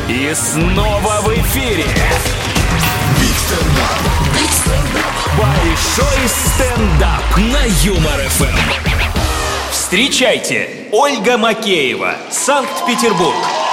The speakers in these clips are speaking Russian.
И снова в эфире большой стендап на Юмор ФМ. Встречайте, Ольга Макеева, Санкт-Петербург.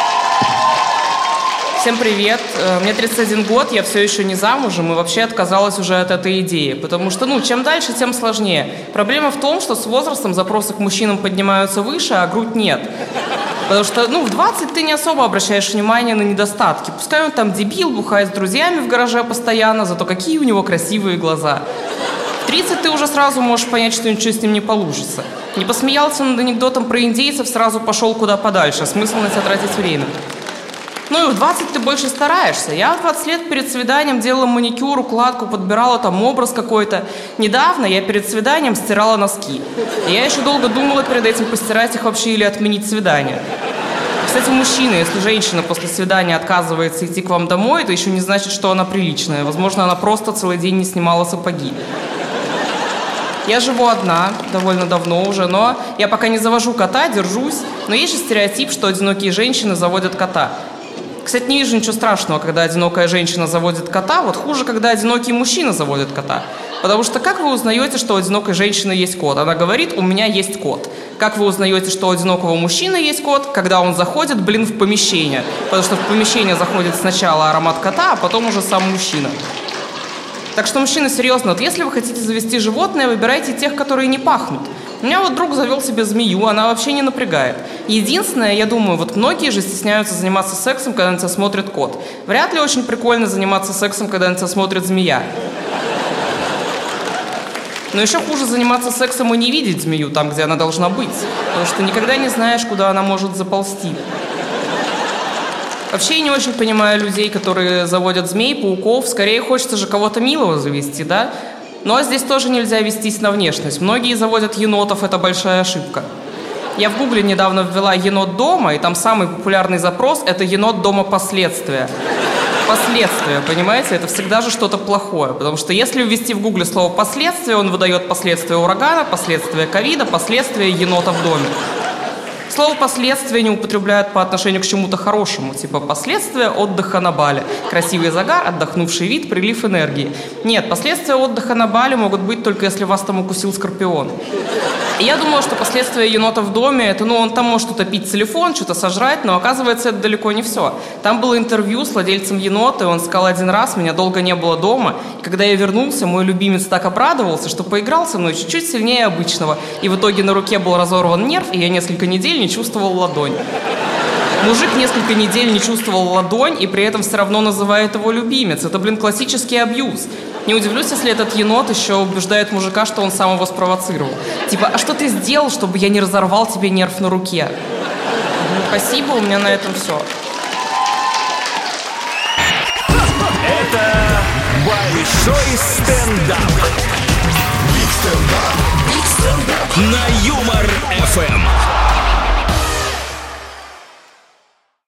Всем привет, мне 31 год, я все еще не замужем и вообще отказалась уже от этой идеи, потому что, чем дальше, тем сложнее. Проблема в том, что с возрастом запросы к мужчинам поднимаются выше, а грудь нет. Потому что, в 20 ты не особо обращаешь внимание на недостатки. Пускай он там дебил, бухает с друзьями в гараже постоянно, зато какие у него красивые глаза. В 30 ты уже сразу можешь понять, что ничего с ним не получится. Не посмеялся над анекдотом про индейцев, сразу пошел куда подальше, смысл на тебя тратить время. И в 20 ты больше стараешься. Я в 20 лет перед свиданием делала маникюр, укладку, подбирала там образ какой-то. Недавно я перед свиданием стирала носки. И я еще долго думала перед этим, постирать их вообще или отменить свидание. Кстати, мужчины, если женщина после свидания отказывается идти к вам домой, это еще не значит, что она приличная. Возможно, она просто целый день не снимала сапоги. Я живу одна, довольно давно уже, но я пока не завожу кота, держусь. Но есть же стереотип, что одинокие женщины заводят кота. Кстати, не вижу ничего страшного, когда одинокая женщина заводит кота, вот хуже, когда одинокий мужчина заводит кота. Потому что как вы узнаете, что у одинокой женщины есть кот? Она говорит: у меня есть кот. Как вы узнаете, что у одинокого мужчины есть кот? Когда он заходит, в помещение. Потому что в помещение заходит сначала аромат кота, а потом уже сам мужчина. Так что, мужчины, серьезно, если вы хотите завести животное, выбирайте тех, которые не пахнут. У меня друг завел себе змею, она вообще не напрягает. Единственное, я думаю, многие же стесняются заниматься сексом, когда на тебя смотрит кот. Вряд ли очень прикольно заниматься сексом, когда на тебя смотрит змея. Но еще хуже заниматься сексом и не видеть змею там, где она должна быть. Потому что никогда не знаешь, куда она может заползти. Вообще я не очень понимаю людей, которые заводят змей, пауков. Скорее хочется же кого-то милого завести, да? Но здесь тоже нельзя вестись на внешность. Многие заводят енотов, это большая ошибка. Я в Гугле недавно ввела «енот дома», и там самый популярный запрос – это «енот дома последствия». Последствия, понимаете? Это всегда же что-то плохое. Потому что если ввести в Гугле слово «последствия», он выдает последствия урагана, последствия ковида, последствия енота в доме. Слово «последствия» не употребляют по отношению к чему-то хорошему, типа «последствия отдыха на Бали». Красивый загар, отдохнувший вид, прилив энергии. Нет, последствия отдыха на Бали могут быть только если вас там укусил скорпион. И я думала, что последствия енота в доме, это, он там может утопить телефон, что-то сожрать, но оказывается, это далеко не все. Там было интервью с владельцем енота, и он сказал: один раз меня долго не было дома, и когда я вернулся, мой любимец так обрадовался, что поиграл со мной чуть-чуть сильнее обычного, и в итоге на руке был разорван нерв, и я несколько недель не чувствовал ладонь. Мужик несколько недель не чувствовал ладонь, и при этом все равно называет его любимец. Это, классический абьюз. Не удивлюсь, если этот енот еще убеждает мужика, что он сам его спровоцировал. Типа: а что ты сделал, чтобы я не разорвал тебе нерв на руке? Спасибо, у меня на этом все. Это большой стендап. Биг стендап. На